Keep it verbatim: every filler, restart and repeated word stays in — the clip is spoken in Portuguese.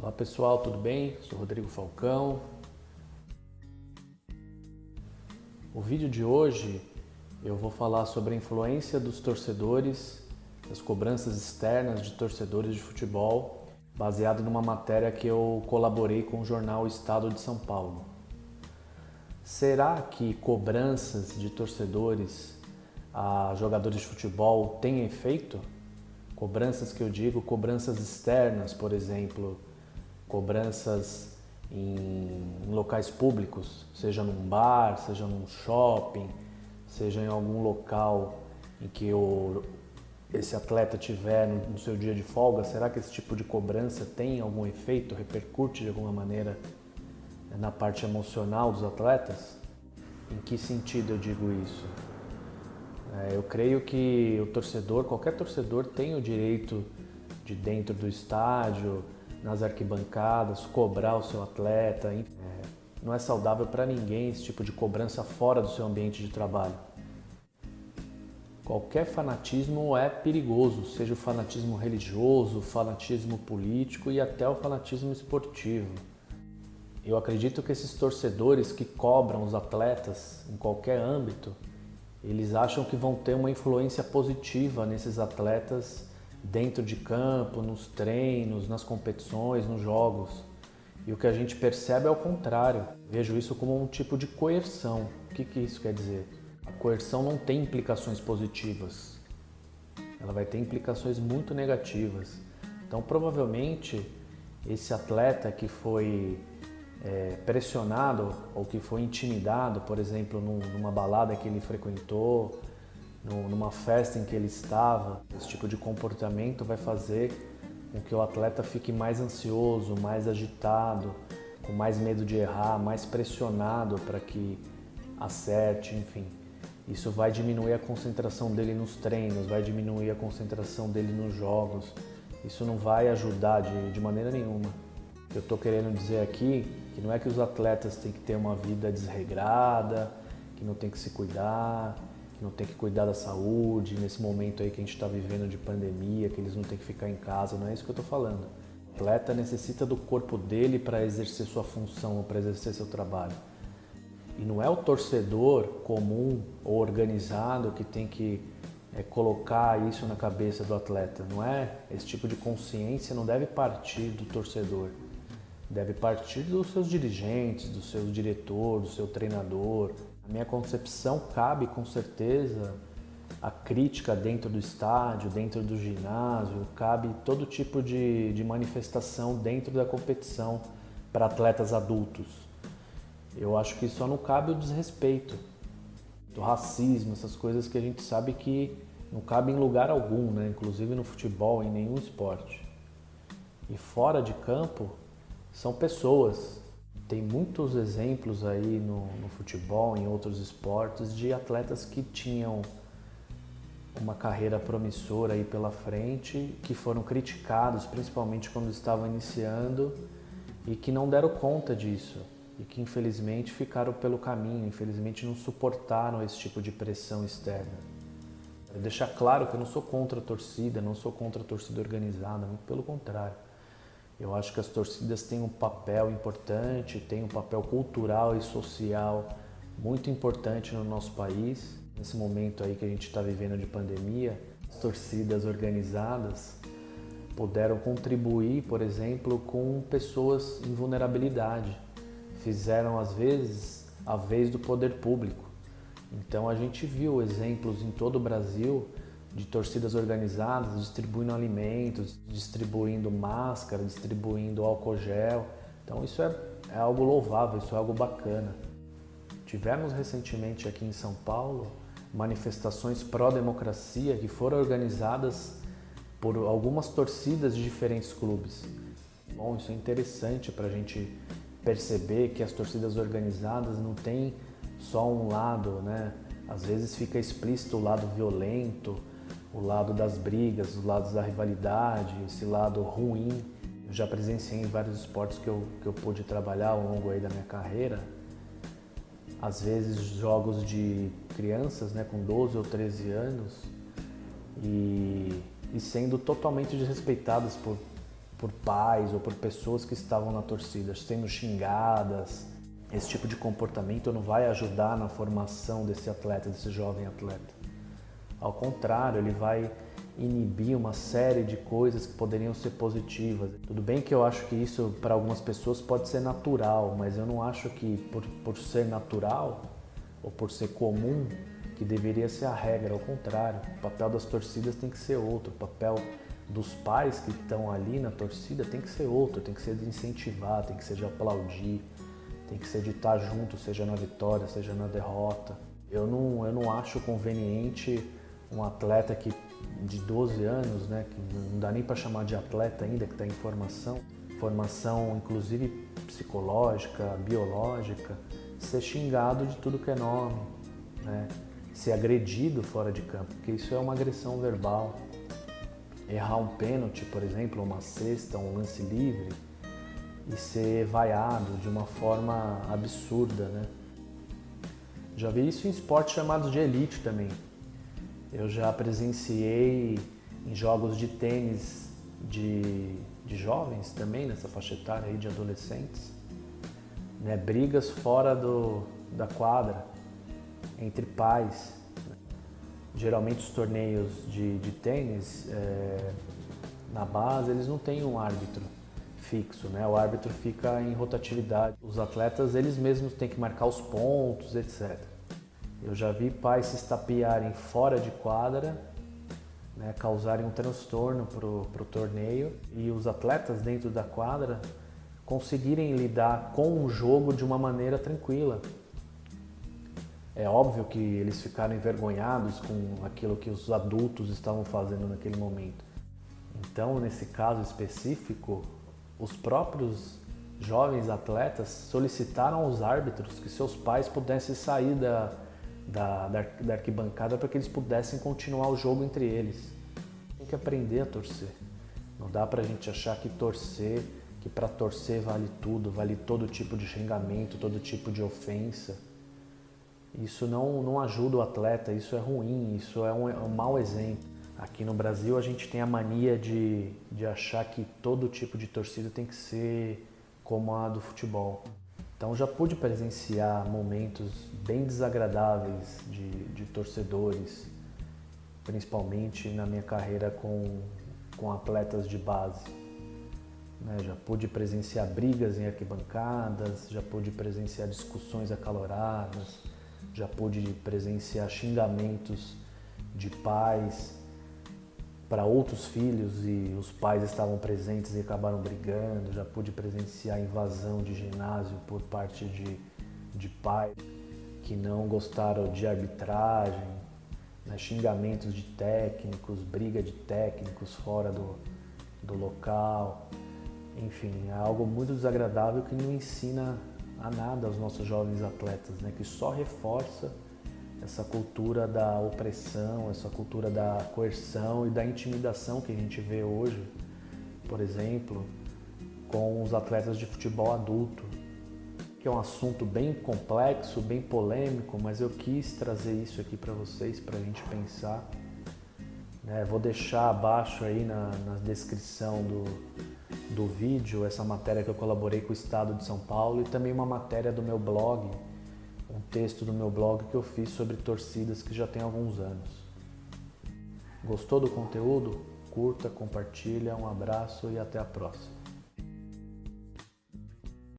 Olá pessoal, tudo bem? Sou Rodrigo Falcão. O vídeo de hoje eu vou falar sobre a influência dos torcedores, das cobranças externas de torcedores de futebol, baseado numa matéria que eu colaborei com o jornal Estado de São Paulo. Será que cobranças de torcedores a jogadores de futebol têm efeito? Cobranças que eu digo, cobranças externas, por exemplo, cobranças em locais públicos, seja num bar, seja num shopping, seja em algum local em que o, esse atleta tiver no, no seu dia de folga. Será que esse tipo de cobrança tem algum efeito, repercute de alguma maneira na parte emocional dos atletas? Em que sentido eu digo isso? É, eu creio que o torcedor, qualquer torcedor tem o direito de dentro do estádio, nas arquibancadas, cobrar o seu atleta. É, não é saudável para ninguém esse tipo de cobrança fora do seu ambiente de trabalho. Qualquer fanatismo é perigoso, seja o fanatismo religioso, o fanatismo político e até o fanatismo esportivo. Eu acredito que esses torcedores que cobram os atletas em qualquer âmbito, eles acham que vão ter uma influência positiva nesses atletas dentro de campo, nos treinos, nas competições, nos jogos. E o que a gente percebe é o contrário. Vejo isso como um tipo de coerção. O que que isso quer dizer? A coerção não tem implicações positivas. Ela vai ter implicações muito negativas. Então, provavelmente, esse atleta que foi é, pressionado ou que foi intimidado, por exemplo, num, numa balada que ele frequentou, numa festa em que ele estava, esse tipo de comportamento vai fazer com que o atleta fique mais ansioso, mais agitado, com mais medo de errar, mais pressionado para que acerte, enfim. Isso vai diminuir a concentração dele nos treinos, vai diminuir a concentração dele nos jogos. Isso não vai ajudar de, de maneira nenhuma. O que eu estou querendo dizer aqui é que não é que os atletas têm que ter uma vida desregrada, que não tem que se cuidar, não tem que cuidar da saúde, nesse momento aí que a gente está vivendo de pandemia, que eles não têm que ficar em casa, não é isso que eu estou falando. O atleta necessita do corpo dele para exercer sua função, para exercer seu trabalho. E não é o torcedor comum ou organizado que tem que é, colocar isso na cabeça do atleta, não é? Esse tipo de consciência não deve partir do torcedor, deve partir dos seus dirigentes, do seu diretor, do seu treinador. A minha concepção cabe com certeza a crítica dentro do estádio, dentro do ginásio, cabe todo tipo de, de manifestação dentro da competição para atletas adultos. Eu acho que só não cabe o desrespeito, o racismo, essas coisas que a gente sabe que não cabe em lugar algum, né? Inclusive no futebol, em nenhum esporte. E fora de campo, são pessoas. Tem muitos exemplos aí no, no futebol, em outros esportes, de atletas que tinham uma carreira promissora aí pela frente, que foram criticados, principalmente quando estavam iniciando, e que não deram conta disso, e que infelizmente ficaram pelo caminho, infelizmente não suportaram esse tipo de pressão externa. Quero deixar claro que eu não sou contra a torcida, não sou contra a torcida organizada, muito pelo contrário. Eu acho que as torcidas têm um papel importante, têm um papel cultural e social muito importante no nosso país. Nesse momento aí que a gente está vivendo de pandemia, as torcidas organizadas puderam contribuir, por exemplo, com pessoas em vulnerabilidade. Fizeram, às vezes, a vez do poder público. Então a gente viu exemplos em todo o Brasil de torcidas organizadas distribuindo alimentos, distribuindo máscara, distribuindo álcool gel. Então isso é, é algo louvável, isso é algo bacana. Tivemos recentemente aqui em São Paulo manifestações pró-democracia que foram organizadas por algumas torcidas de diferentes clubes. Bom, isso é interessante para a gente perceber que as torcidas organizadas não têm só um lado, né? Às vezes fica explícito o lado violento, o lado das brigas, os lados da rivalidade, esse lado ruim. Eu já presenciei em vários esportes que eu, que eu pude trabalhar ao longo aí da minha carreira. Às vezes jogos de crianças, né, com doze ou treze anos e, e sendo totalmente desrespeitadas por, por pais ou por pessoas que estavam na torcida, sendo xingadas. Esse tipo de comportamento não vai ajudar na formação desse atleta, desse jovem atleta. Ao contrário, ele vai inibir uma série de coisas que poderiam ser positivas. Tudo bem que eu acho que isso para algumas pessoas pode ser natural, mas eu não acho que por, por ser natural ou por ser comum que deveria ser a regra. Ao contrário, o papel das torcidas tem que ser outro, o papel dos pais que estão ali na torcida tem que ser outro, tem que ser de incentivar, tem que ser de aplaudir, tem que ser de estar junto, seja na vitória, seja na derrota. Eu não, eu não acho conveniente um atleta que, de doze anos, né, que não dá nem para chamar de atleta ainda, que está em formação, formação inclusive psicológica, biológica, ser xingado de tudo que é nome, né, ser agredido fora de campo, porque isso é uma agressão verbal. Errar um pênalti, por exemplo, uma cesta, um lance livre, e ser vaiado de uma forma absurda, né? Já vi isso em esportes chamados de elite também. Eu já presenciei em jogos de tênis de, de jovens também, nessa faixa etária aí de adolescentes, né? Brigas fora do, da quadra, entre pais. Geralmente os torneios de, de tênis, é, na base, eles não têm um árbitro fixo, né? O árbitro fica em rotatividade. Os atletas, eles mesmos têm que marcar os pontos, etcétera. Eu já vi pais se estapearem fora de quadra, né, causarem um transtorno para o torneio, e os atletas dentro da quadra conseguirem lidar com o jogo de uma maneira tranquila. É óbvio que eles ficaram envergonhados com aquilo que os adultos estavam fazendo naquele momento. Então, nesse caso específico, os próprios jovens atletas solicitaram aos árbitros que seus pais pudessem sair da, da, da arquibancada para que eles pudessem continuar o jogo entre eles. Tem que aprender a torcer. Não dá pra gente achar que torcer, que para torcer vale tudo, vale todo tipo de xingamento, todo tipo de ofensa. Isso não, não ajuda o atleta, isso é ruim, isso é um, é um mau exemplo. Aqui no Brasil a gente tem a mania de, de achar que todo tipo de torcida tem que ser como a do futebol. Então já pude presenciar momentos bem desagradáveis de, de torcedores, principalmente na minha carreira com, com atletas de base. Né? Já pude presenciar brigas em arquibancadas, já pude presenciar discussões acaloradas, já pude presenciar xingamentos de pais para outros filhos e os pais estavam presentes e acabaram brigando. Já pude presenciar invasão de ginásio por parte de, de pais que não gostaram de arbitragem, né? Xingamentos de técnicos, briga de técnicos fora do, do local. Enfim, é algo muito desagradável que não ensina a nada aos nossos jovens atletas, né? Que só reforça essa cultura da opressão, essa cultura da coerção e da intimidação que a gente vê hoje, por exemplo, com os atletas de futebol adulto, que é um assunto bem complexo, bem polêmico, mas eu quis trazer isso aqui para vocês, para a gente pensar. Né? Vou deixar abaixo aí na, na descrição do, do vídeo essa matéria que eu colaborei com o Estado de São Paulo e também uma matéria do meu blog, um texto do meu blog que eu fiz sobre torcidas que já tem alguns anos. Gostou do conteúdo? Curta, compartilha, um abraço e até a próxima.